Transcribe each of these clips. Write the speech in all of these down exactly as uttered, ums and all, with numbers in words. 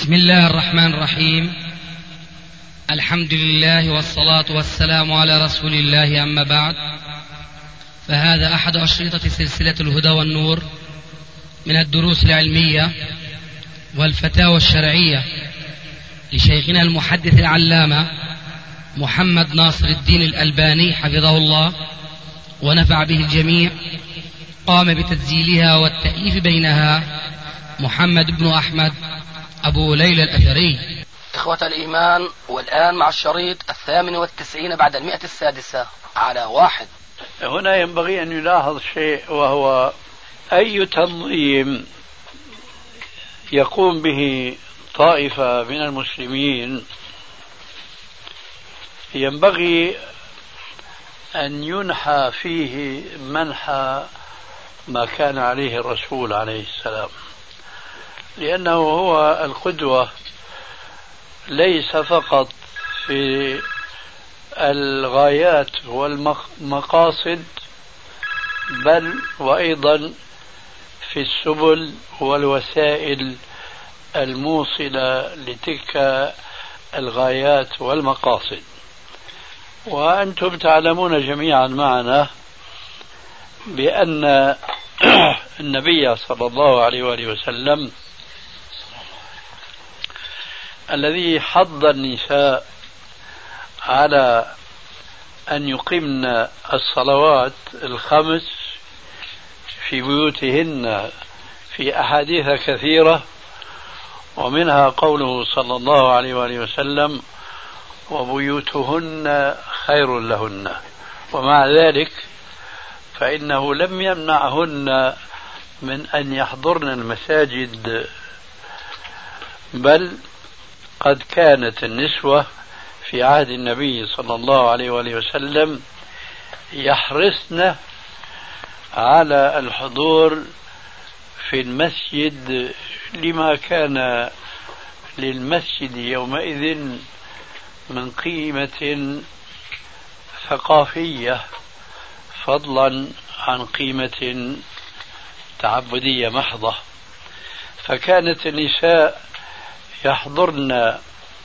بسم الله الرحمن الرحيم. الحمد لله والصلاة والسلام على رسول الله، أما بعد، فهذا أحد أشرطة سلسلة الهدى والنور من الدروس العلمية والفتاوى الشرعية لشيخنا المحدث العلامة محمد ناصر الدين الألباني حفظه الله ونفع به الجميع. قام بتسجيلها والتأليف بينها محمد بن أحمد أبو ليلى الأثري. إخوة الإيمان، والآن مع الشريط الثامن والتسعين بعد المئة السادسة على واحد. هنا ينبغي أن يلاحظ شيء، وهو أي تنظيم يقوم به طائفة من المسلمين ينبغي أن ينحى فيه منحى ما كان عليه الرسول عليه السلام، لأنه هو القدوة ليس فقط في الغايات والمقاصد، بل وأيضا في السبل والوسائل الموصلة لتلك الغايات والمقاصد. وأنتم تعلمون جميعا معنا بأن النبي صلى الله عليه وآله وسلم الذي حض النساء على أن يقمن الصلوات الخمس في بيوتهن في أحاديث كثيرة، ومنها قوله صلى الله عليه وآله وسلم: وبيوتهن خير لهن. ومع ذلك فإنه لم يمنعهن من أن يحضرن المساجد، بل قد كانت النسوة في عهد النبي صلى الله عليه وآله وسلم يحرصن على الحضور في المسجد، لما كان للمسجد يومئذ من قيمة ثقافية، فضلا عن قيمة تعبدية محضة. فكانت النساء يحضرن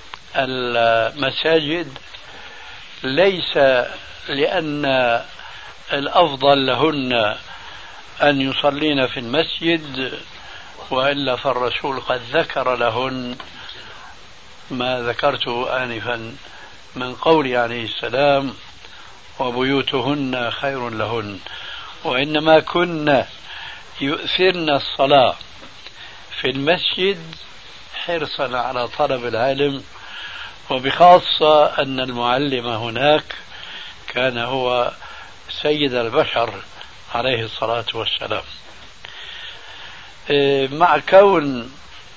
المساجد ليس لأن الأفضل لهن أن يصلين في المسجد، وإلا فالرسول قد ذكر لهن ما ذكرته آنفا من قول عليه السلام: وبيوتهن خير لهن. وإنما كن يؤثرن الصلاة في المسجد حرصا على طلب العلم، وبخاصة أن المعلم هناك كان هو سيد البشر عليه الصلاة والسلام. مع كون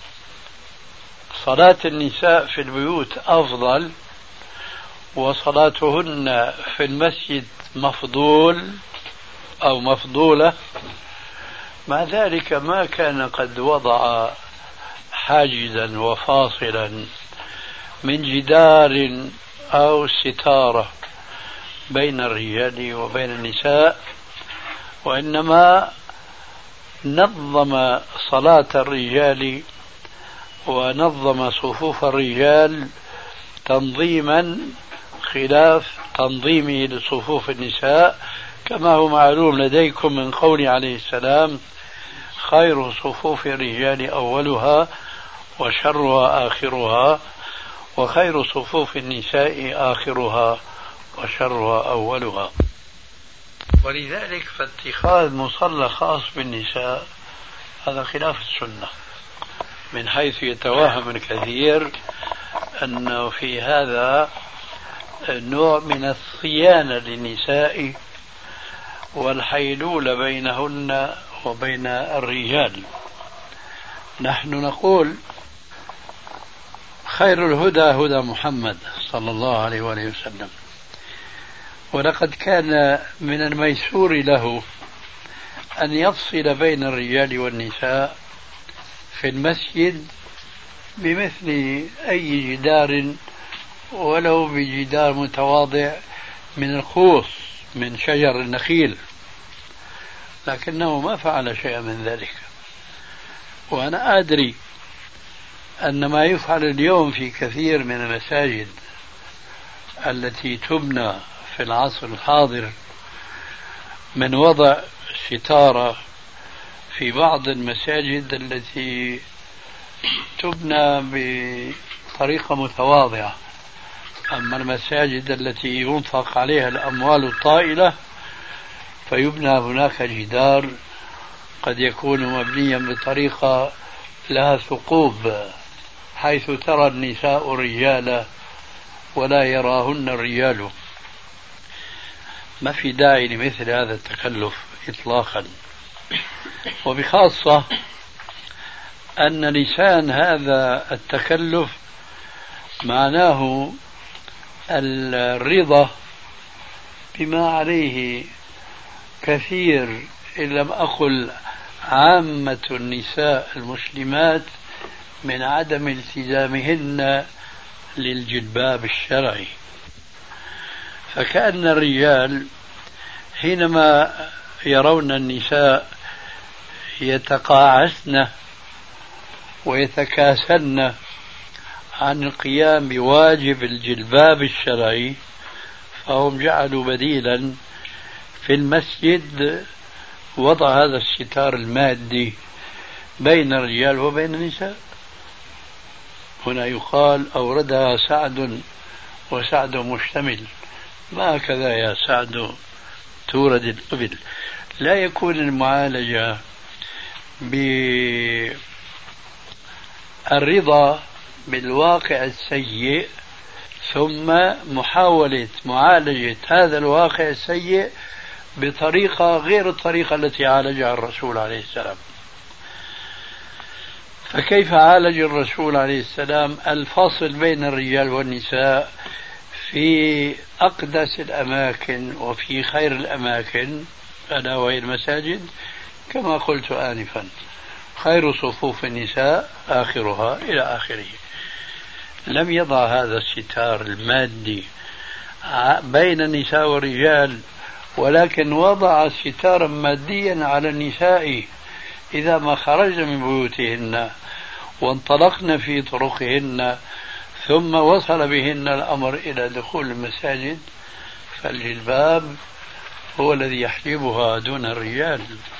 صلاة النساء في البيوت أفضل وصلاتهن في المسجد مفضول أو مفضولة، مع ذلك ما كان قد وضع حاجزا وفاصلا من جدار أو ستارة بين الرجال وبين النساء، وإنما نظم صلاة الرجال ونظم صفوف الرجال تنظيما خلاف تنظيمه لصفوف النساء، كما هو معلوم لديكم من قول عليه السلام: خير صفوف الرجال أولها وشرها آخرها، وخير صفوف النساء آخرها وشرها أولها. ولذلك فاتخاذ مصلى خاص بالنساء هذا خلاف السنة، من حيث يتوهم الكثير أنه في هذا نوع من الصيانة للنساء والحيلولة بينهن وبين الرجال. نحن نقول: خير الهدى هدى محمد صلى الله عليه وآله وسلم، ولقد كان من الميسور له أن يفصل بين الرجال والنساء في المسجد بمثل أي جدار، ولو بجدار متواضع من الخوص من شجر النخيل، لكنه ما فعل شيئا من ذلك. وأنا أدري أن ما يفعل اليوم في كثير من المساجد التي تبنى في العصر الحاضر من وضع ستارة في بعض المساجد التي تبنى بطريقة متواضعة، أما المساجد التي ينفق عليها الأموال الطائلة فيبنى هناك جدار قد يكون مبنيا بطريقة لها ثقوب حيث ترى النساء الرجال ولا يراهن الرجال. ما في داعي لمثل هذا التكلف إطلاقا، وبخاصة أن لسان هذا التكلف معناه الرضا بما عليه كثير إن لم أقل عامة النساء المسلمات من عدم التزامهن للجلباب الشرعي. فكأن الرجال حينما يرون النساء يتقاعسن ويتكاسلن عن القيام بواجب الجلباب الشرعي فهم جعلوا بديلا في المسجد وضع هذا الستار المادي بين الرجال وبين النساء. هنا يقال أوردها سعد وسعد مشتمل، ما كذا يا سعد تورد القبل. لا يكون المعالجة بالرضا بالواقع السيء ثم محاولة معالجة هذا الواقع السيء بطريقة غير الطريقة التي عالجها الرسول عليه السلام. فكيف عالج الرسول عليه السلام الفصل بين الرجال والنساء في أقدس الأماكن وفي خير الأماكن ألا وهي المساجد؟ كما قلت آنفا، خير صفوف النساء آخرها إلى آخره. لم يضع هذا الستار المادي بين النساء والرجال، ولكن وضع ستارا ماديا على النساء إذا ما خرجن من بيوتهن وانطلقن في طرقهن ثم وصل بهن الأمر إلى دخول المساجد فالجلباب هو الذي يحجبها دون الرجال.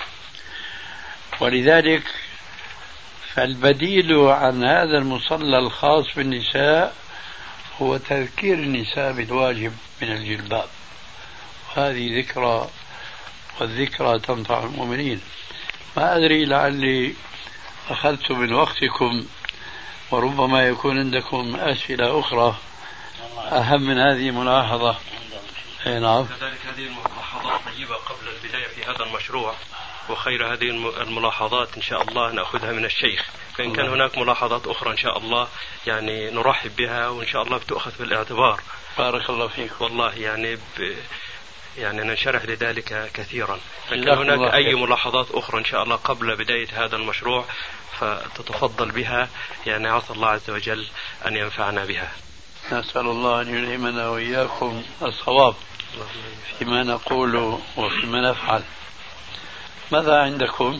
ولذلك فالبديل عن هذا المصلى الخاص بالنساء هو تذكير النساء بالواجب من الجلباب، وهذه ذكرى، والذكرى تنفع المؤمنين. ما أدري لعلي أخذت من وقتكم وربما يكون عندكم أسئلة أخرى أهم من هذه الملاحظة. نعم. كذلك هذه الملاحظات طيبة قبل البداية في هذا المشروع، وخير هذه الملاحظات إن شاء الله نأخذها من الشيخ، فإن كان هناك ملاحظات أخرى إن شاء الله يعني نرحب بها وإن شاء الله بتأخذ بالاعتبار. بارك الله فيك. والله يعني ب... يعني ننشرح لذلك كثيرا. إن كان هناك أي ملاحظات أخرى إن شاء الله قبل بداية هذا المشروع فتتفضل بها، يعني عسى الله عز وجل أن ينفعنا بها. نسأل الله أن يلهمنا وإياكم الصواب فيما نقول وفيما نفعل. ماذا عندكم؟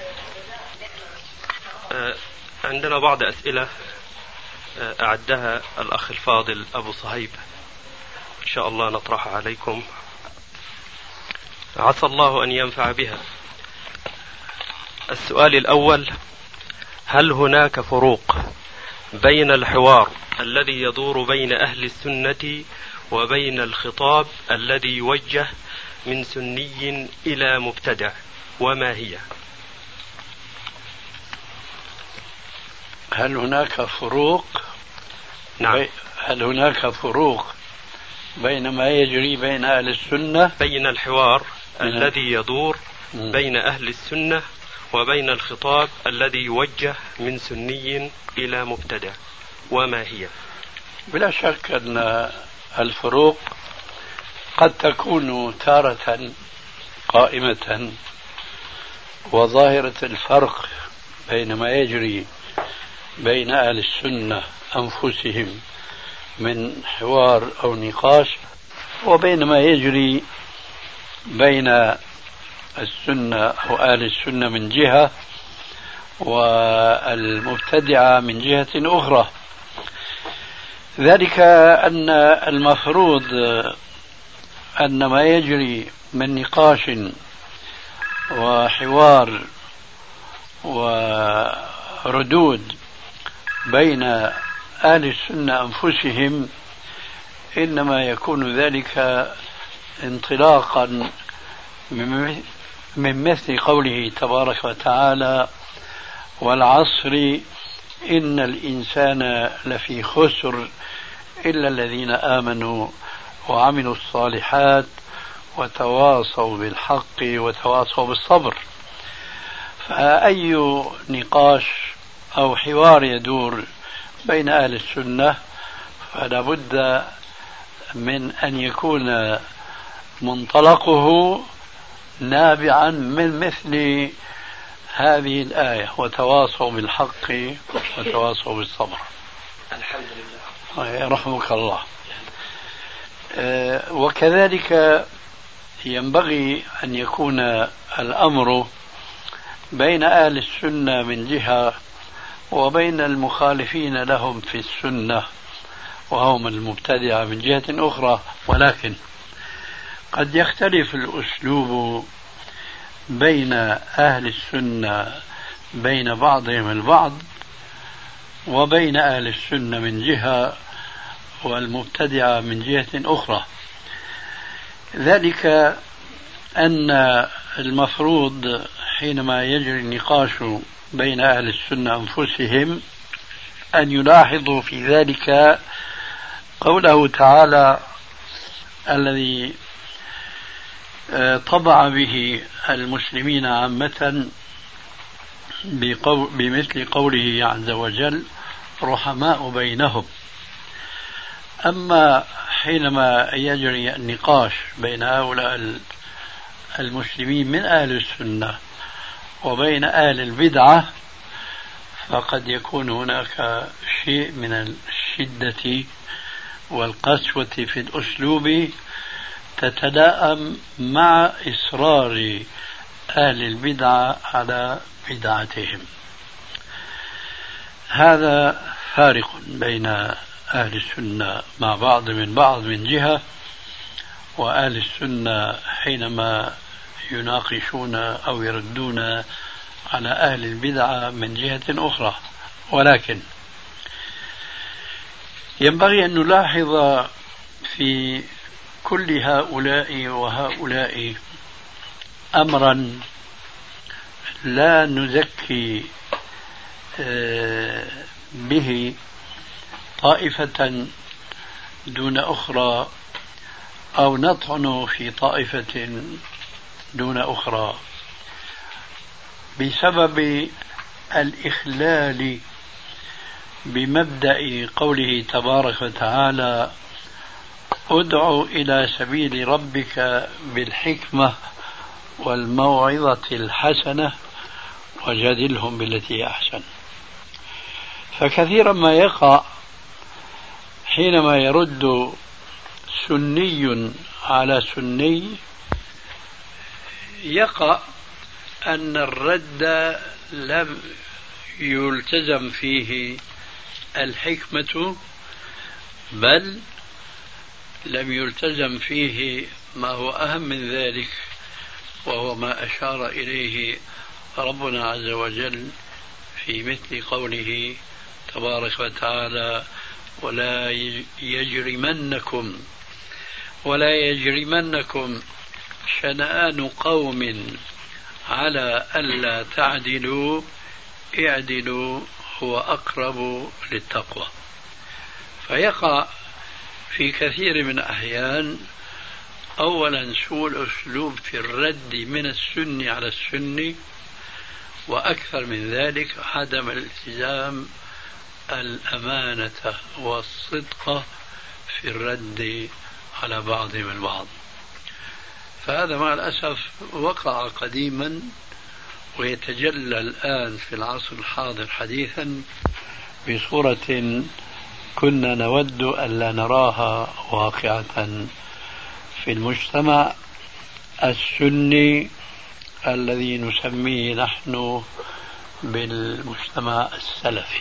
عندنا بعض أسئلة أعدها الأخ الفاضل أبو صهيب، إن شاء الله نطرحها عليكم عسى الله أن ينفع بها. السؤال الأول: هل هناك فروق بين الحوار الذي يدور بين أهل السنة وبين الخطاب الذي يوجه من سني إلى مبتدع، وما هي؟ هل هناك فروق؟ نعم. هل هناك فروق بين ما يجري بين أهل السنة، بين الحوار الذي يدور بين أهل السنة وبين الخطاب الذي يوجه من سني إلى مبتدع، وما هي؟ بلا شك أن الفروق قد تكون تارة قائمة، وظاهرة الفرق بين ما يجري بين أهل السنة أنفسهم من حوار أو نقاش وبين ما يجري بين السنة أو أهل السنة من جهة، والمبتدعة من جهة أخرى. ذلك أن المفروض أن ما يجري من نقاش وحوار وردود بين أهل السنة أنفسهم إنما يكون ذلك انطلاقا من مثل قوله تبارك وتعالى: والعصر إن الإنسان لفي خسر إلا الذين آمنوا وعملوا الصالحات وتواصوا بالحق وتواصوا بالصبر. فأي نقاش أو حوار يدور بين أهل السنة فلا بد من أن يكون منطلقه نابعا من مثل هذه الآية: وتواصوا بالحق وتواصوا بالصبر. الحمد لله. رحمك الله. وكذلك ينبغي أن يكون الأمر بين أهل السنة من جهة وبين المخالفين لهم في السنة وهم المبتدعة من جهة أخرى، ولكن قد يختلف الأسلوب بين أهل السنة بين بعضهم البعض وبين أهل السنة من جهة والمبتدعة من جهة أخرى. ذلك أن المفروض حينما يجري النقاش بين أهل السنة أنفسهم أن يلاحظوا في ذلك قوله تعالى الذي طبع به المسلمين عامة بمثل قوله عز وجل: رحماء بينهم. أما حينما يجري النقاش بين هؤلاء المسلمين من أهل السنة وبين أهل البدعة فقد يكون هناك شيء من الشدة والقسوة في الأسلوب تتلائم مع إصرار أهل البدعة على بدعتهم. هذا فارق بين أهل السنة مع بعض من بعض من جهة، وأهل السنة حينما يناقشون أو يردون على أهل البدعة من جهة أخرى. ولكن ينبغي أن نلاحظ في كل هؤلاء وهؤلاء أمرا لا نزكي به طائفة دون أخرى أو نطعن في طائفة دون أخرى بسبب الإخلال بمبدأ قوله تبارك وتعالى: ادع إلى سبيل ربك بالحكمة والموعظة الحسنة وجادلهم بالتي أحسن. فكثيرا ما يقع حينما يرد سني على سني يقع أن الرد لم يلتزم فيه الحكمة، بل لم يلتزم فيه ما هو أهم من ذلك، وهو ما أشار إليه ربنا عز وجل في مثل قوله تبارك وتعالى: ولا يجرمنكم ولا يجرمنكم شنآن قوم على ألا تعدلوا اعدلوا هو أقرب للتقوى. فيقع في كثير من الأحيان أولا سوء الأسلوب في الرد من السني على السني، وأكثر من ذلك عدم الالتزام الأمانة والصدق في الرد على بعضهم البعض. فهذا مع الأسف وقع قديما ويتجلى الآن في العصر الحاضر حديثا بصورة كنا نود ألا نراها واقعة في المجتمع السني الذي نسميه نحن بالمجتمع السلفي؟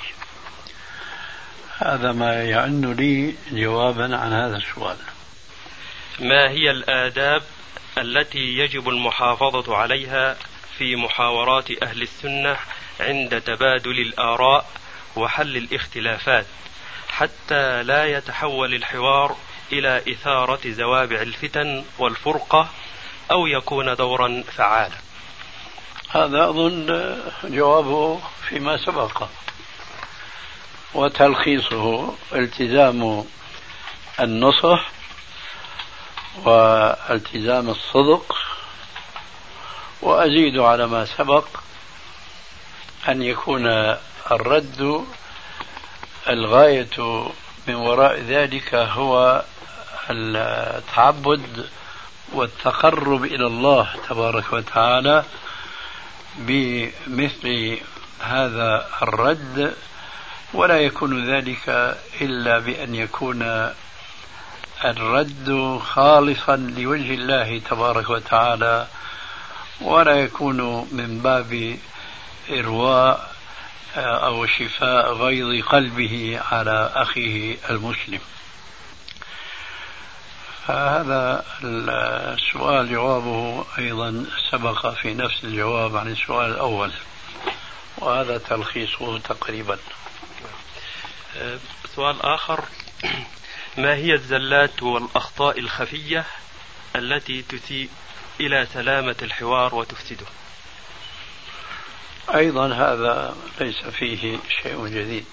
هذا ما يعن لي جوابا عن هذا السؤال. ما هي الآداب التي يجب المحافظة عليها في محاورات أهل السنة عند تبادل الآراء وحل الاختلافات حتى لا يتحول الحوار إلى إثارة زوابع الفتن والفرقة أو يكون دورا فعالا؟ هذا أظن جوابه فيما سبق، وتلخيصه التزام النصح والتزام الصدق، وأزيد على ما سبق أن يكون الرد الغاية من وراء ذلك هو التعبد والتقرب إلى الله تبارك وتعالى بمثل هذا الرد، ولا يكون ذلك إلا بأن يكون الرد خالصا لوجه الله تبارك وتعالى، ولا يكون من باب إرواء أو شفاء غيظ قلبه على أخيه المسلم. فهذا السؤال جوابه أيضا سبق في نفس الجواب عن السؤال الأول، وهذا تلخيصه تقريبا. سؤال آخر: ما هي الزلات والأخطاء الخفية التي تسيء إلى سلامة الحوار وتفسده؟ أيضا هذا ليس فيه شيء جديد.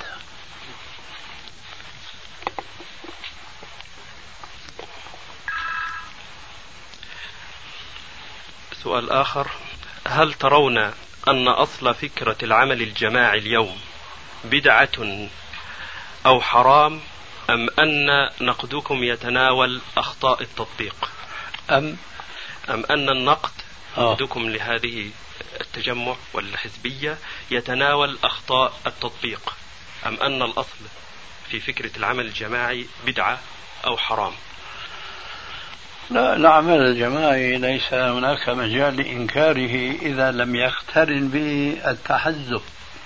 سؤال آخر: هل ترون أن أصل فكرة العمل الجماعي اليوم بدعة أو حرام، أم أن نقدكم يتناول أخطاء التطبيق؟ أم أم أن النقد آه. نقدكم لهذه التجمع والحزبية يتناول أخطاء التطبيق، أم أن الأصل في فكرة العمل الجماعي بدعة أو حرام؟ لا، العمل الجماعي ليس هناك مجال لإنكاره إذا لم يقترن به التحزب.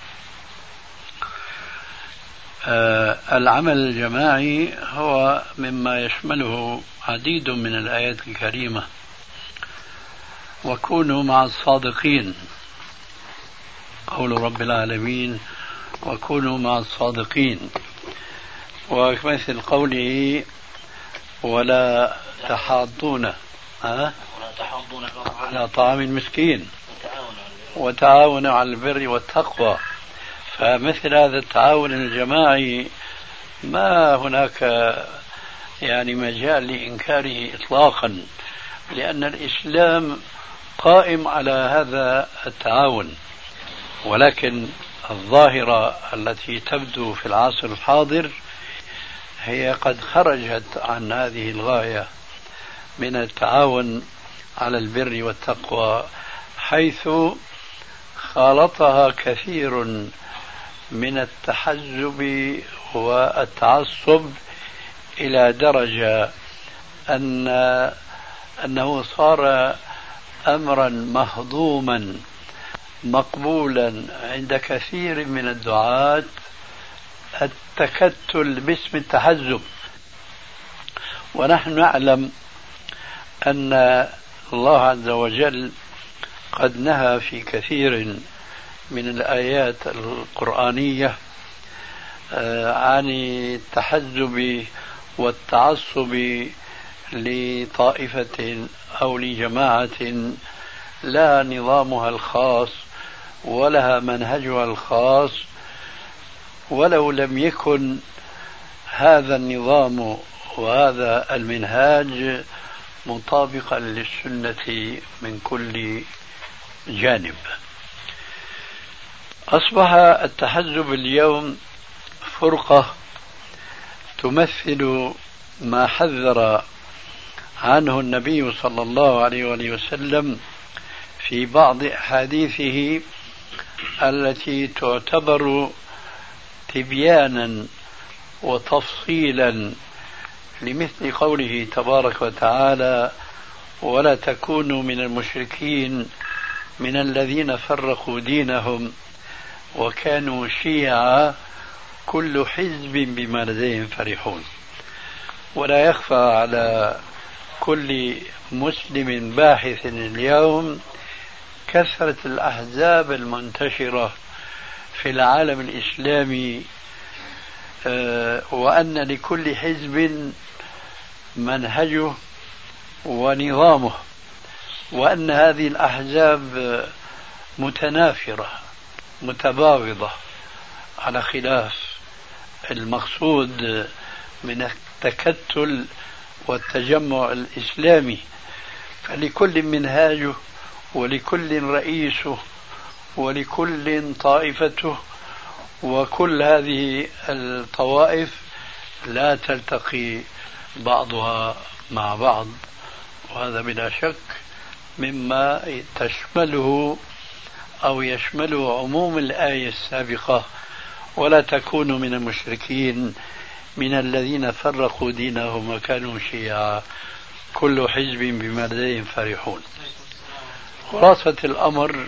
آه العمل الجماعي هو مما يشمله عديد من الآيات الكريمة: وكونوا مع الصادقين، قول رب العالمين وكونوا مع الصادقين، ومثل قوله ولا تحاضون على طعام المسكين وتعاونوا على البر والتقوى. فمثل هذا التعاون الجماعي ما هناك يعني مجال لإنكاره إطلاقا، لأن الإسلام قائم على هذا التعاون. ولكن الظاهرة التي تبدو في العصر الحاضر هي قد خرجت عن هذه الغاية من التعاون على البر والتقوى، حيث خالطها كثير من التحزب والتعصب إلى درجة أن أنه صار أمرا مهضوما مقبولا عند كثير من الدعاة التكتل باسم التحزب. ونحن نعلم أن الله عز وجل قد نهى في كثير من الآيات القرآنية عن التحزب والتعصب لطائفة أو لجماعة لا نظامها الخاص ولها منهجها الخاص، ولو لم يكن هذا النظام وهذا المنهاج مطابقا للسنة من كل جانب. أصبح التحزب اليوم فرقة تمثل ما حذر عنه النبي صلى الله عليه وآله وسلم في بعض أحاديثه التي تعتبر تبيانا وتفصيلا لمثل قوله تبارك وتعالى: ولا تكونوا من المشركين من الذين فرقوا دينهم وكانوا شيعا كل حزب بما لديهم فرحون. ولا يخفى على كل مسلم باحث اليوم كثرة الأحزاب المنتشرة في العالم الإسلامي، وأن لكل حزب منهجه ونظامه، وأن هذه الأحزاب متنافرة متباغضة على خلاف المقصود من التكتل والتجمع الإسلامي. فلكل منهاجه ولكل رئيسه ولكل طائفته، وكل هذه الطوائف لا تلتقي بعضها مع بعض، وهذا بلا شك مما تشمله أو يشمله عموم الآية السابقة: ولا تكونوا من المشركين من الذين فرقوا دينهم وكانوا شيعا كل حزب بما لديهم فرحون. خلاصة الأمر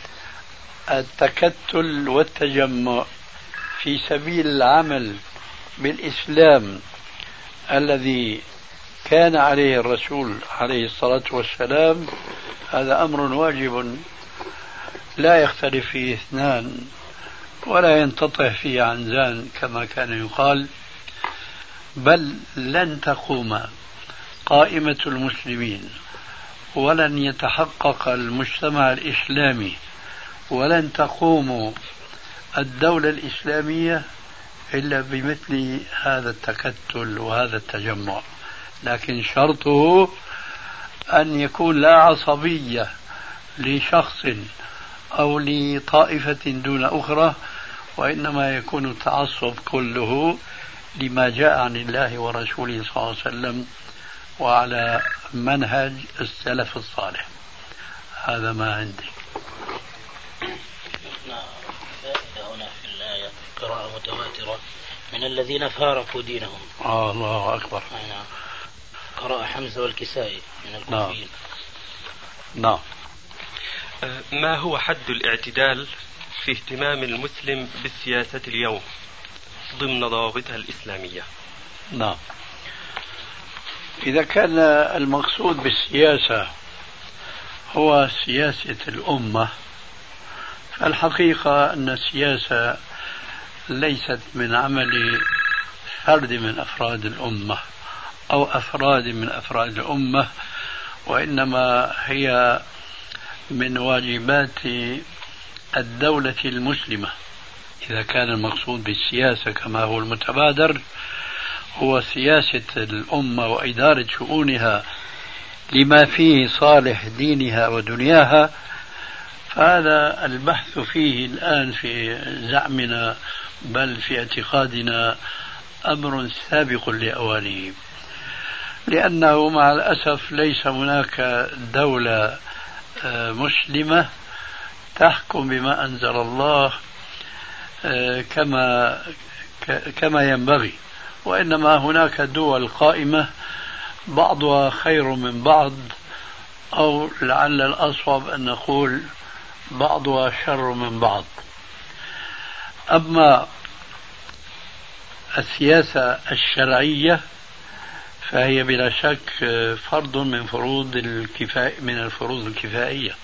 التكتل والتجمع في سبيل العمل بالإسلام الذي كان عليه الرسول عليه الصلاة والسلام، هذا أمر واجب لا يختلف فيه اثنان ولا ينتطع فيه عنزان كما كان يقال. بل لن تقوم قائمة المسلمين ولن يتحقق المجتمع الإسلامي ولن تقوم الدولة الإسلامية إلا بمثل هذا التكتل وهذا التجمع، لكن شرطه أن يكون لا عصبية لشخص أو لطائفة دون أخرى، وإنما يكون التعصب كله لما جاء عن الله ورسوله صلى الله عليه وسلم وعلى منهج السلف الصالح. هذا ما عندي. هنا في الآية قراءة متواترة من الذين فارقوا دينهم. آه الله أكبر. نعم. قراءة حمزة والكسائي من الكوفيين. نعم. ما هو حد الاعتدال في اهتمام المسلم بالسياسة اليوم ضمن ضوابطها الإسلامية؟ نعم. إذا كان المقصود بالسياسة هو سياسة الأمة، فالحقيقة أن السياسة ليست من عمل فرد من أفراد الأمة أو أفراد من أفراد الأمة، وإنما هي من واجبات الدولة المسلمة. إذا كان المقصود بالسياسة كما هو المتبادر هو سياسة الأمة وإدارة شؤونها لما فيه صالح دينها ودنياها، فهذا البحث فيه الآن في زعمنا بل في اعتقادنا أمر سابق لأوانه، لأنه مع الأسف ليس هناك دولة مسلمة تحكم بما أنزل الله كما كما ينبغي، وإنما هناك دول قائمة بعضها خير من بعض، أو لعل الأصوب أن نقول بعضها شر من بعض. أما السياسة الشرعية فهي بلا شك فرض من فروض الكفاية من الفروض الكفائية،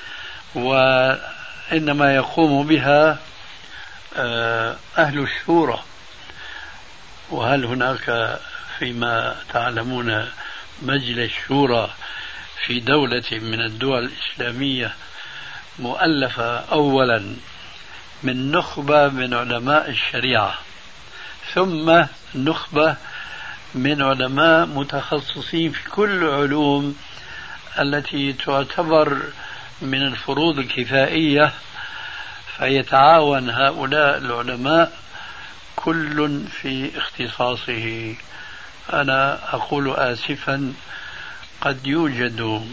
وإنما يقوم بها أهل الشورى. وهل هناك فيما تعلمون مجلس شورى في دولة من الدول الإسلامية مؤلفة أولا من نخبة من علماء الشريعة، ثم نخبة من علماء متخصصين في كل العلوم التي تعتبر من الفروض الكفائية، فيتعاون هؤلاء العلماء كل في اختصاصه. أنا أقول آسفا قد يوجد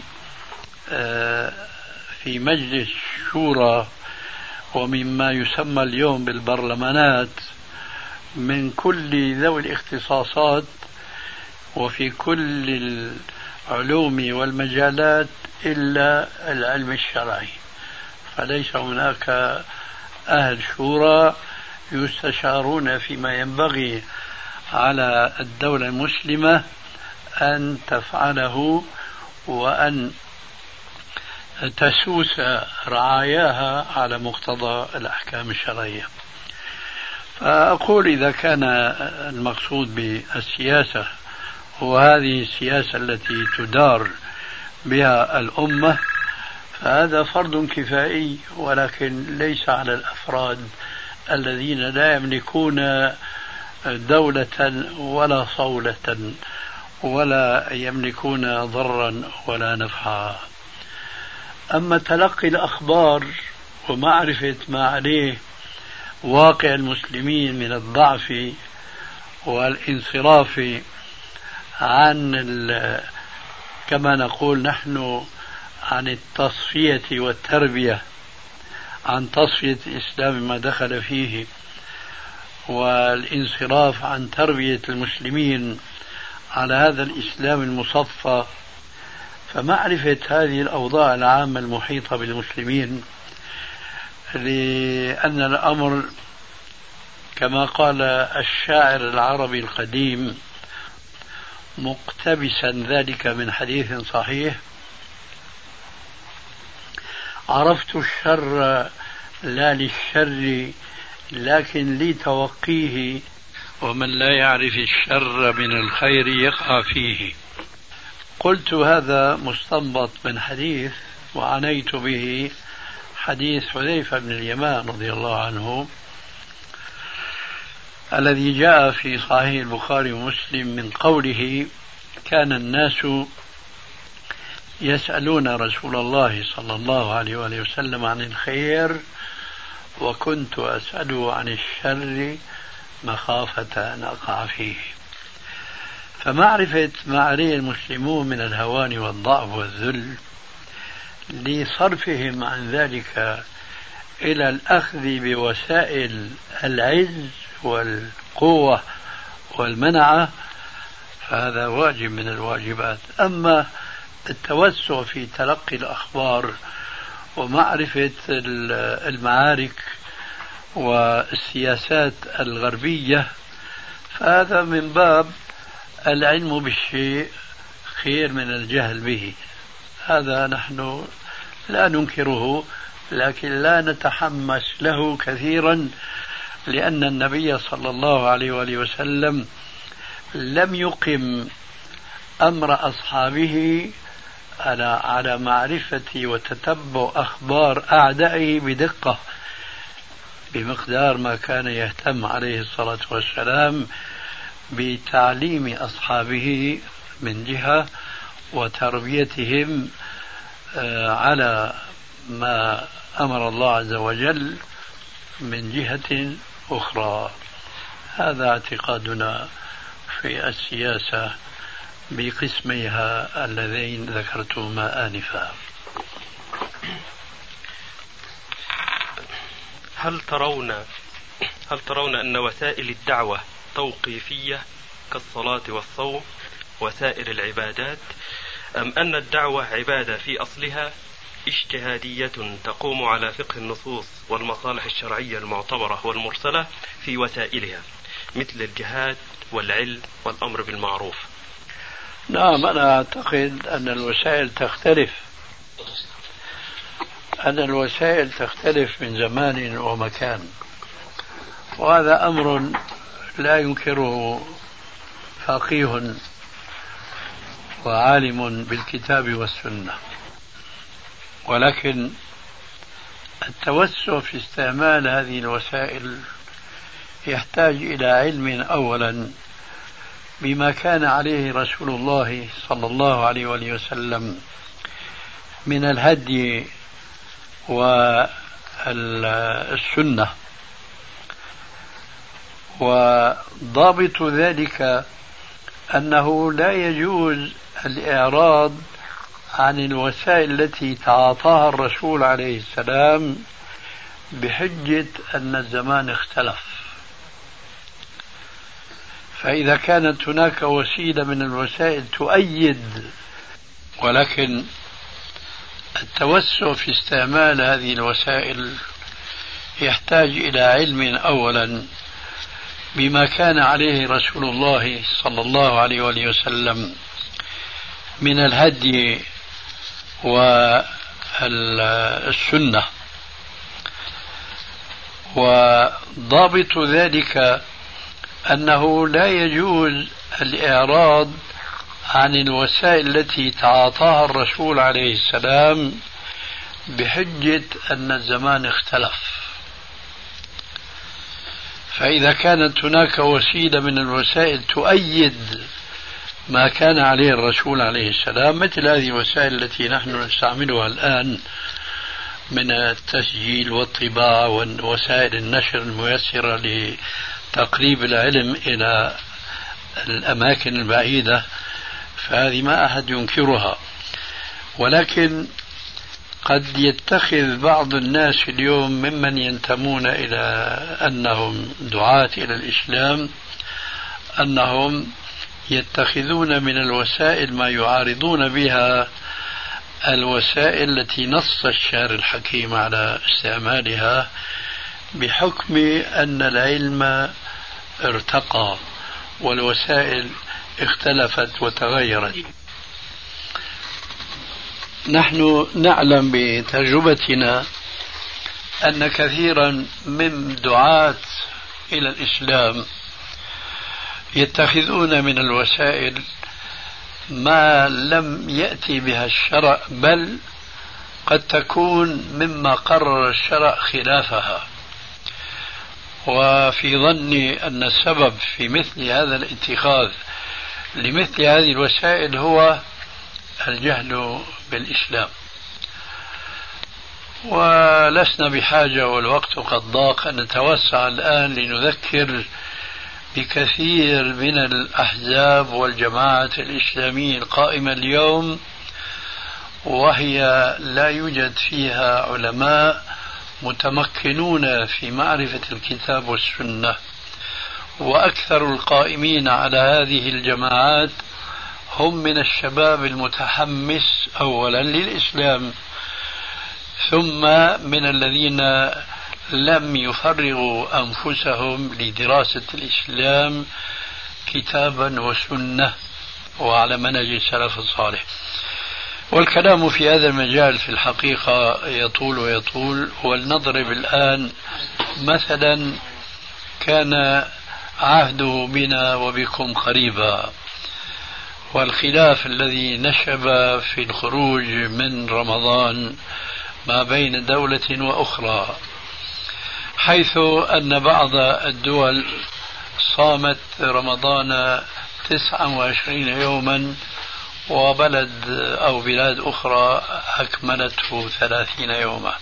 في مجلس شورى ومما يسمى اليوم بالبرلمانات من كل ذوي الاختصاصات وفي كل العلوم والمجالات إلا العلم الشرعي، فليس هناك أهل شورى يستشارون فيما ينبغي على الدولة المسلمة أن تفعله وأن تسوس رعاياها على مقتضى الأحكام الشرعية. فأقول إذا كان المقصود بالسياسة وهذه السياسة التي تدار بها الأمة فهذا فرض كفائي، ولكن ليس على الأفراد الذين لا يملكون دولة ولا صولة ولا يملكون ضرا ولا نفعا. أما تلقي الأخبار ومعرفة ما عليه واقع المسلمين من الضعف والانصراف عن كما نقول نحن عن التصفية والتربية، عن تصفية الإسلام ما دخل فيه والانصراف عن تربية المسلمين على هذا الإسلام المصفى، فمعرفة هذه الأوضاع العامة المحيطة بالمسلمين، لأن الأمر كما قال الشاعر العربي القديم مقتبسا ذلك من حديث صحيح: عرفت الشر لا للشر لكن لتوقيه، ومن لا يعرف الشر من الخير يقع فيه. قلت هذا مستنبط من حديث وعنيت به حديث حذيفة بن اليمان رضي الله عنه الذي جاء في صحيح البخاري ومسلم من قوله: كان الناس يسألون رسول الله صلى الله عليه وآله وسلم عن الخير وكنت أسأله عن الشر مخافة أن أقع فيه. فمعرفة ما عليه المسلمون من الهوان والضعف والذل لصرفهم عن ذلك إلى الأخذ بوسائل العز والقوة والمنعة فهذا واجب من الواجبات. أما التوسع في تلقي الأخبار ومعرفة المعارك والسياسات الغربية فهذا من باب العلم بالشيء خير من الجهل به، هذا نحن لا ننكره لكن لا نتحمس له كثيرا، لأن النبي صلى الله عليه وآله وسلم لم يقم أمر أصحابه على على معرفة وتتبع أخبار أعدائه بدقة بمقدار ما كان يهتم عليه الصلاة والسلام بتعليم أصحابه من جهة وتربيتهم على ما أمر الله عز وجل من جهة أخرى. هذا اعتقادنا في السياسة بقسميها اللذين ذكرتهما آنفا. هل ترون هل ترون أن وسائل الدعوة توقيفية كالصلاة والصوم وسائر العبادات، أم أن الدعوة عبادة في أصلها اجتهادية تقوم على فقه النصوص والمصالح الشرعية المعتبرة والمرسلة في وسائلها مثل الجهاد والعلم والأمر بالمعروف؟ نعم، أنا أعتقد أن الوسائل تختلف أن الوسائل تختلف من زمان ومكان، وهذا أمر لا ينكره فقيه وعالم بالكتاب والسنة، ولكن التوسع في استعمال هذه الوسائل يحتاج إلى علم أولا بما كان عليه رسول الله صلى الله عليه وآله وسلم من الهدي والسنة، وضابط ذلك أنه لا يجوز الإعراض عن الوسائل التي تعاطاها الرسول عليه السلام بحجة أن الزمان اختلف. فإذا كانت هناك وسيلة من الوسائل تؤيد، ولكن التوسع في استعمال هذه الوسائل يحتاج إلى علم أولا بما كان عليه رسول الله صلى الله عليه وآله وسلم من الهدي والسنة. وضابط ذلك أنه لا يجوز الإعراض عن الوسائل التي تعاطاها الرسول عليه السلام بحجة أن الزمان اختلف. فإذا كانت هناك وسيلة من الوسائل تؤيد ما كان عليه الرسول عليه السلام، مثل هذه الوسائل التي نحن نستعملها الآن من التسجيل والطباعة ووسائل النشر الميسرة لتقريب العلم إلى الأماكن البعيدة، فهذه ما أحد ينكرها. ولكن قد يتخذ بعض الناس اليوم ممن ينتمون إلى أنهم دعاة إلى الإسلام أنهم يتخذون من الوسائل ما يعارضون بها الوسائل التي نص الشارع الحكيم على استعمالها، بحكم أن العلم ارتقى والوسائل اختلفت وتغيرت. نحن نعلم بتجربتنا أن كثيرا من دعاة إلى الإسلام يتخذون من الوسائل ما لم يأتي بها الشرع، بل قد تكون مما قرر الشرع خلافها. وفي ظني أن السبب في مثل هذا الاتخاذ لمثل هذه الوسائل هو الجهل بالإسلام. ولسنا بحاجة والوقت قد ضاق أن نتوسع الآن لنذكر بكثير من الأحزاب والجماعات الإسلامية القائمة اليوم، وهي لا يوجد فيها علماء متمكنون في معرفة الكتاب والسنة. وأكثر القائمين على هذه الجماعات هم من الشباب المتحمس أولا للإسلام، ثم من الذين لم يفرغوا أنفسهم لدراسة الإسلام كتابا وسنة وعلى منهج السلف الصالح. والكلام في هذا المجال في الحقيقة يطول ويطول. ولنضرب الآن مثلا كان عهده بنا وبكم قريبا، والخلاف الذي نشب في الخروج من رمضان ما بين دولة وأخرى، حيث أن بعض الدول صامت رمضان تسعة وعشرين يوما، وبلد أو بلاد أخرى أكملته ثلاثين يوما.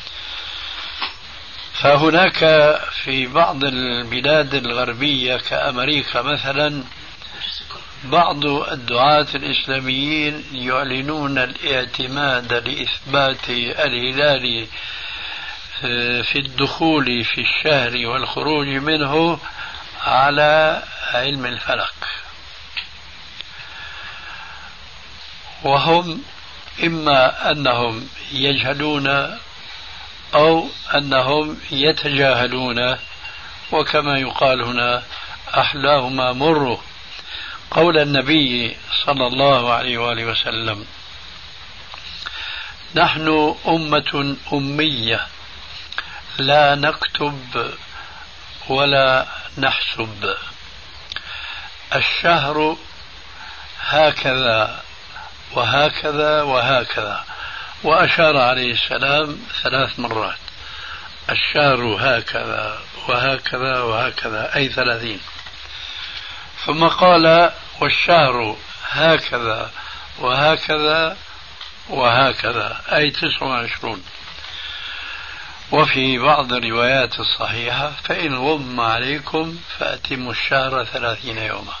فهناك في بعض البلاد الغربية كأمريكا مثلا بعض الدعاة الإسلاميين يعلنون الاعتماد لإثبات الهلال في الدخول في الشهر والخروج منه على علم الفلك، وهم إما أنهم يجهلون أو أنهم يتجاهلون، وكما يقال هنا أحلاهما مر. قول النبي صلى الله عليه وآله وسلم: نحن أمة أمية لا نكتب ولا نحسب، الشهر هكذا وهكذا وهكذا، وأشار عليه السلام ثلاث مرات: الشهر هكذا وهكذا وهكذا، أي ثلاثين. ثم قال: والشهر هكذا وهكذا وهكذا، أي تسع وعشرون. وفي بعض الروايات الصحيحة: فإن غم عليكم فأتموا الشهر ثلاثين يوما.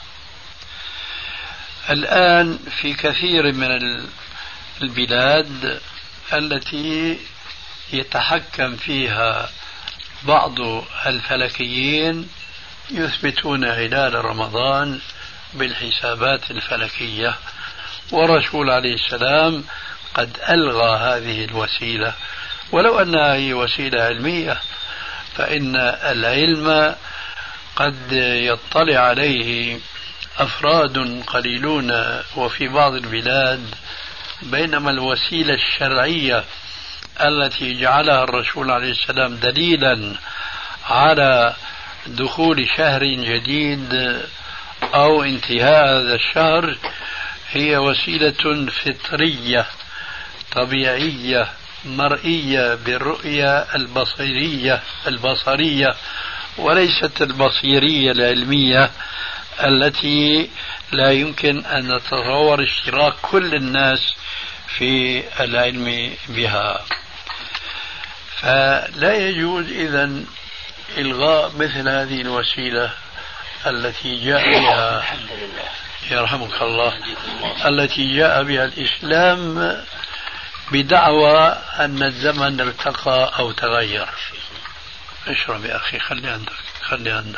الآن في كثير من البلاد التي يتحكم فيها بعض الفلكيين يثبتون هلال رمضان بالحسابات الفلكية، والرسول عليه السلام قد ألغى هذه الوسيلة، ولو أنها هي وسيلة علمية، فإن العلم قد يطلع عليه أفراد قليلون وفي بعض البلاد، بينما الوسيلة الشرعية التي جعلها الرسول عليه السلام دليلا على دخول شهر جديد أو انتهاء هذا الشهر هي وسيلة فطرية طبيعية مرئية بالرؤية البصرية البصرية وليست البصيرية العلمية التي لا يمكن أن نتصور اشتراك كل الناس في العلم بها. فلا يجوز إذن إلغاء مثل هذه الوسيلة التي جاء بها يرحمك الله التي جاء بها الإسلام بدعوى أن الزمن ارتقى أو تغير. اشرب يا أخي، خلي عندك خلي عندك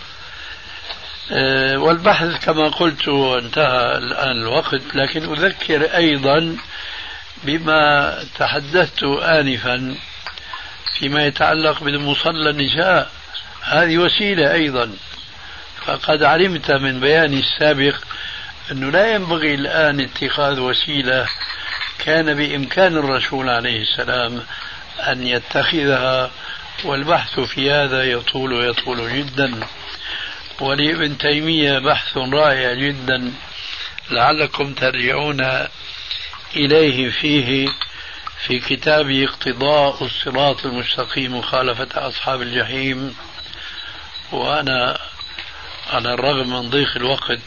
أه والبحث كما قلت انتهى الآن الوقت، لكن أذكر أيضا بما تحدثت آنفا فيما يتعلق بمصلى النساء. هذه وسيلة أيضا، فقد علمت من بياني السابق أنه لا ينبغي الآن اتخاذ وسيلة كان بإمكان الرسول عليه السلام أن يتخذها، والبحث في هذا يطول ويطول جدا. ولابن تيمية بحث رائع جدا لعلكم ترجعون إليه فيه في كتابه اقتضاء الصراط المستقيم مخالفة أصحاب الجحيم. وأنا على الرغم من ضيق الوقت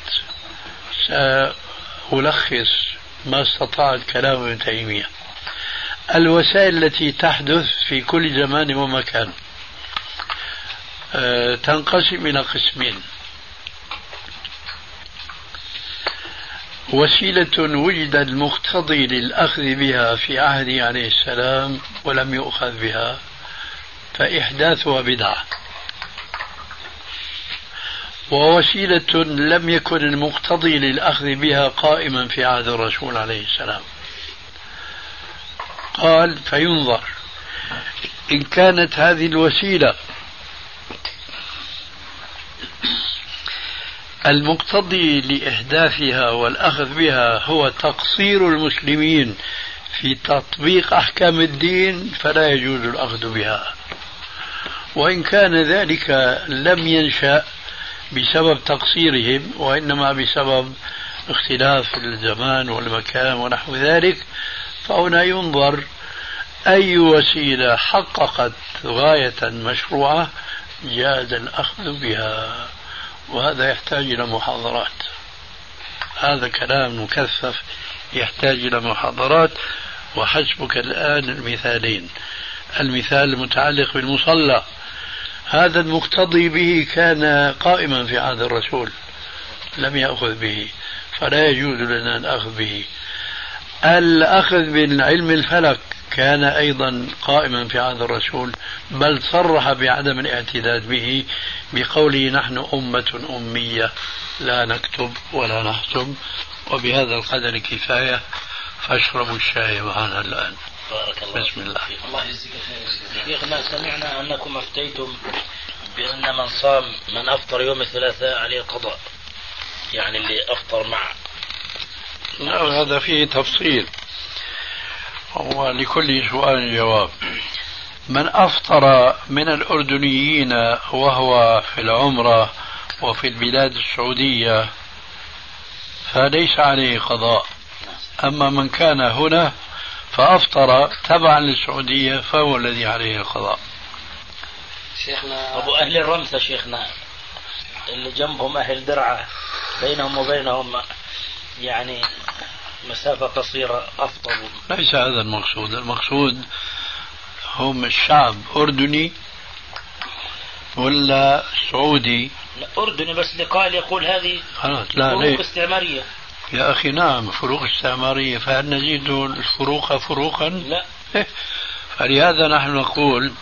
سألخص ما استطاعت كلام ابن تيمية. الوسائل التي تحدث في كل زمان ومكان أه تنقسم إلى قسمين: وسيلة وجد المقتضي للأخذ بها في عهده عليه السلام ولم يؤخذ بها فإحداثها بدعة، ووسيلة لم يكن المقتضي للأخذ بها قائما في عهد الرسول عليه السلام. قال: فينظر إن كانت هذه الوسيلة المقتضي لإحداثها والأخذ بها هو تقصير المسلمين في تطبيق أحكام الدين فلا يجوز الأخذ بها، وإن كان ذلك لم ينشأ بسبب تقصيرهم وإنما بسبب اختلاف الزمان والمكان ونحو ذلك، فهنا ينظر أي وسيلة حققت غاية مشروعة جاز الأخذ بها، وهذا يحتاج إلى محاضرات. هذا كلام مكثف يحتاج إلى محاضرات، وحسبك الآن المثالين. المثال المتعلق بالمصلى، هذا المقتضي به كان قائما في عهد الرسول لم يأخذ به فلا يجوز لنا الأخذ به. الأخذ بالعلم الفلك كان أيضا قائما في عهد الرسول، بل صرح بعدم الاعتداد به بقوله: نحن أمة أمية لا نكتب ولا نحسب. وبهذا القدر كفاية، فاشربوا الشاي معنا الآن. بارك الله. بسم الله. الله يجزيك خير. شيخنا، سمعنا أنكم أفتيتم بأن من صام من أفطر يوم الثلاثاء عليه قضاء، يعني اللي أفطر مع. نعم، هذا فيه تفصيل، ولكل سؤال جواب. من أفطر من الأردنيين وهو في العمرة وفي البلاد السعودية فليس عليه قضاء، أما من كان هنا فأفطر تبعا للسعودية فهو الذي عليه القضاء. شيخنا أبو أهل الرمثة، شيخنا اللي جنبهم أهل درعة بينهم وبينهم يعني مسافة قصيرة، أفطر. ليس هذا المقصود. المقصود هم الشعب أردني ولا سعودي؟ لا أردني، بس اللي قال يقول هذه فروق استعمارية. يا أخي نعم، فروق استعمارية، فهل نزيد الفروق فروقا؟ لا. فلهذا نحن نقول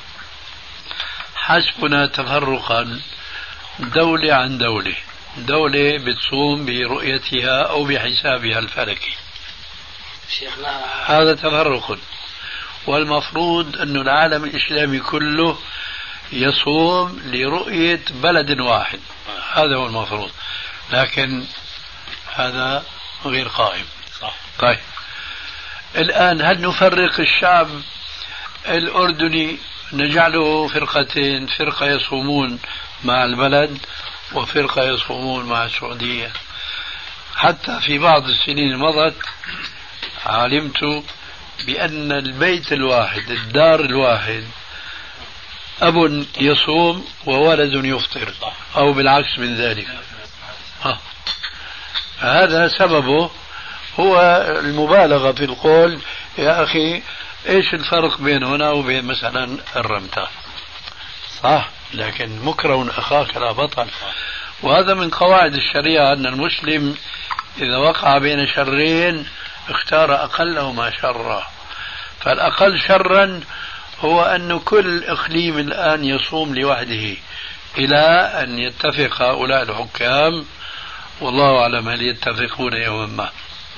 حسبنا تفرقا دولة عن دولة. دولة بتصوم برؤيتها أو بحسابها الفلكي، شيخنا هذا تفرق. والمفروض أن العالم الإسلامي كله يصوم لرؤية بلد واحد، هذا هو المفروض، لكن هذا غير قائم. صح. طيب الآن هل نفرق الشعب الأردني نجعله فرقتين، فرقة يصومون مع البلد وفرقة يصومون مع السعودية؟ حتى في بعض السنين مضت علمت بأن البيت الواحد الدار الواحد أب يصوم وولد يفطر أو بالعكس من ذلك. آه. هذا سببه هو المبالغة في القول يا أخي إيش الفرق بين هنا وبين مثلا الرمتة؟ صح، لكن مكره أخاك لا بطل. وهذا من قواعد الشريعة أن المسلم إذا وقع بين شرين اختار أقلهما شرا، فالأقل شرا هو أن كل إقليم الآن يصوم لوحده إلى أن يتفق هؤلاء الحكام، والله أعلم هل يتفقون يوما ما،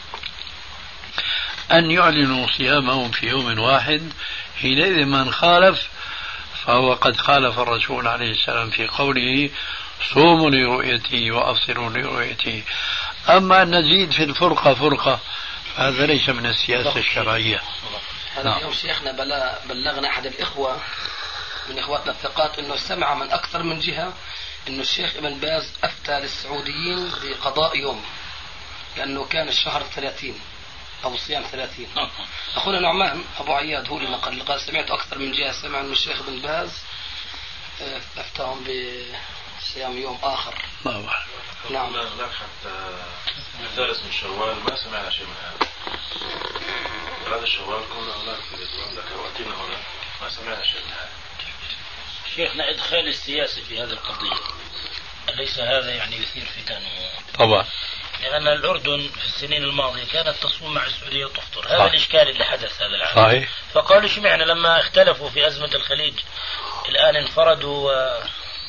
أن يعلنوا صيامهم في يوم واحد. حينئذ من خالف فهو قد خالف الرسول عليه السلام في قوله صوموا لرؤيته وأفطروا لرؤيته. أما أن نزيد في الفرقة فرقة هذا ليس من السياسة الشرعية. هذا اليوم شيخنا بلغنا أحد الإخوة من إخواتنا الثقات أنه سمع من أكثر من جهة أنه الشيخ ابن باز أفتى للسعوديين بقضاء يوم لأنه كان الشهر ثلاثين أو صيام ثلاثين. أخونا نعمان أبو عياد هو اللي نقل، قال سمعت أكثر من جهة، سمع أن الشيخ ابن باز أفتاهم بصيام يوم آخر. نعم. هناك حتى الثالث من شوال ما سمعنا شيء من هذا. هذا الشوال كنا هناك في الإسلام ذكر وقتنا هناك ما سمعنا شيء من هذا. شيخنا إدخال السياسة في هذه القضية أليس هذا يعني يثير فتن؟ طبعا. لأن الأردن في السنين الماضية كانت تصوم مع السعودية وتفطر، هذا الإشكال اللي حدث هذا العام. صحيح. فقالوا اشمعنى لما اختلفوا في أزمة الخليج الآن انفردوا و...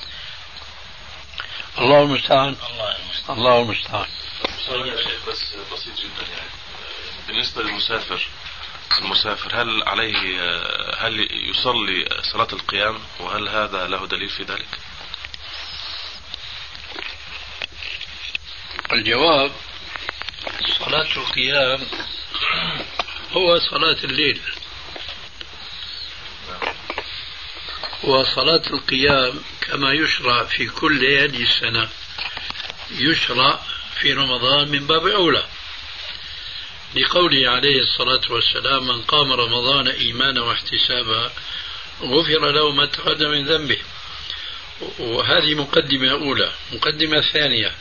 الله المستعان. الله المستعان. الله المستعان. بس بسيط جدا يعني بالنسبة للمسافر، المسافر هل عليه هل يصلي صلاة القيام وهل هذا له دليل في ذلك؟ الجواب صلاة القيام هو صلاة الليل، وصلاة القيام كما يشرع في كل ليالي السنة يشرع في رمضان من باب أولى، لقوله عليه الصلاة والسلام من قام رمضان إيمانا واحتسابا غفر له ما تقدم من ذنبه. وهذه مقدمة أولى. مقدمة ثانية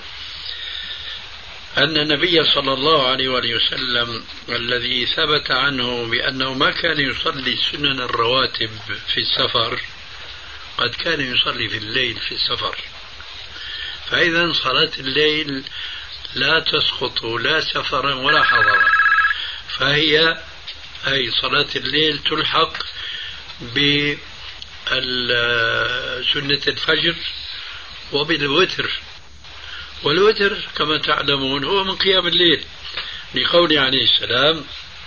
أن النبي صلى الله عليه وآله وسلم الذي ثبت عنه بأنه ما كان يصلي سنن الرواتب في السفر قد كان يصلي في الليل في السفر، فإذا صلاة الليل لا تسقط لا سفرا ولا حضرا، فهي أي صلاة الليل تلحق بسنة الفجر وبالوتر، والوتر كما تعلمون هو من قيام الليل، لقوله عليه السلام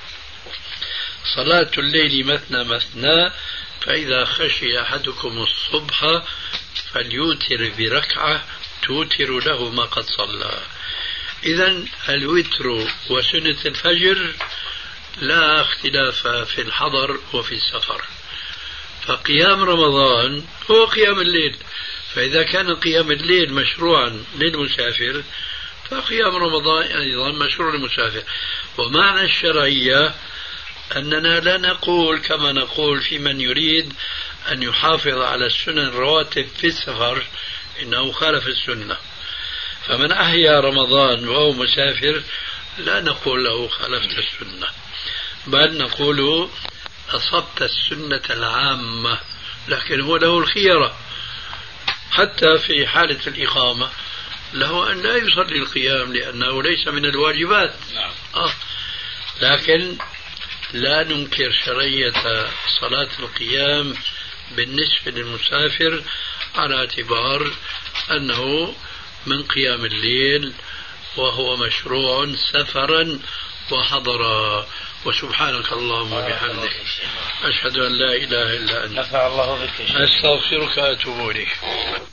صلاة الليل مثنى مثنى فإذا خشي أحدكم الصبح فليوتر بركعة توتر له ما قد صلى. إذن الوتر وسنة الفجر لا اختلاف في الحضر وفي السفر، فقيام رمضان هو قيام الليل، فإذا كان قيام الليل مشروعا للمسافر فقيام رمضان أيضا مشروع للمسافر. ومعنى الشرعية أننا لا نقول كما نقول في من يريد أن يحافظ على السنن الرواتب في السفر إنه خالف السنة، فمن أحيا رمضان وهو مسافر لا نقول له خالفت السنة، بل نقول أصبت السنة العامة، لكن هو له الخيرة حتى في حالة الإقامة له أن لا يصلي القيام لأنه ليس من الواجبات. نعم. آه. لكن لا ننكر شرعية صلاة القيام بالنسبة للمسافر على اعتبار أنه من قيام الليل وهو مشروع سفرا وحضر، وسبحانك اللهم وبحمدك أشهد أن لا إله إلا أنت نفع الله بك. أستغفرك وأتوب إليك.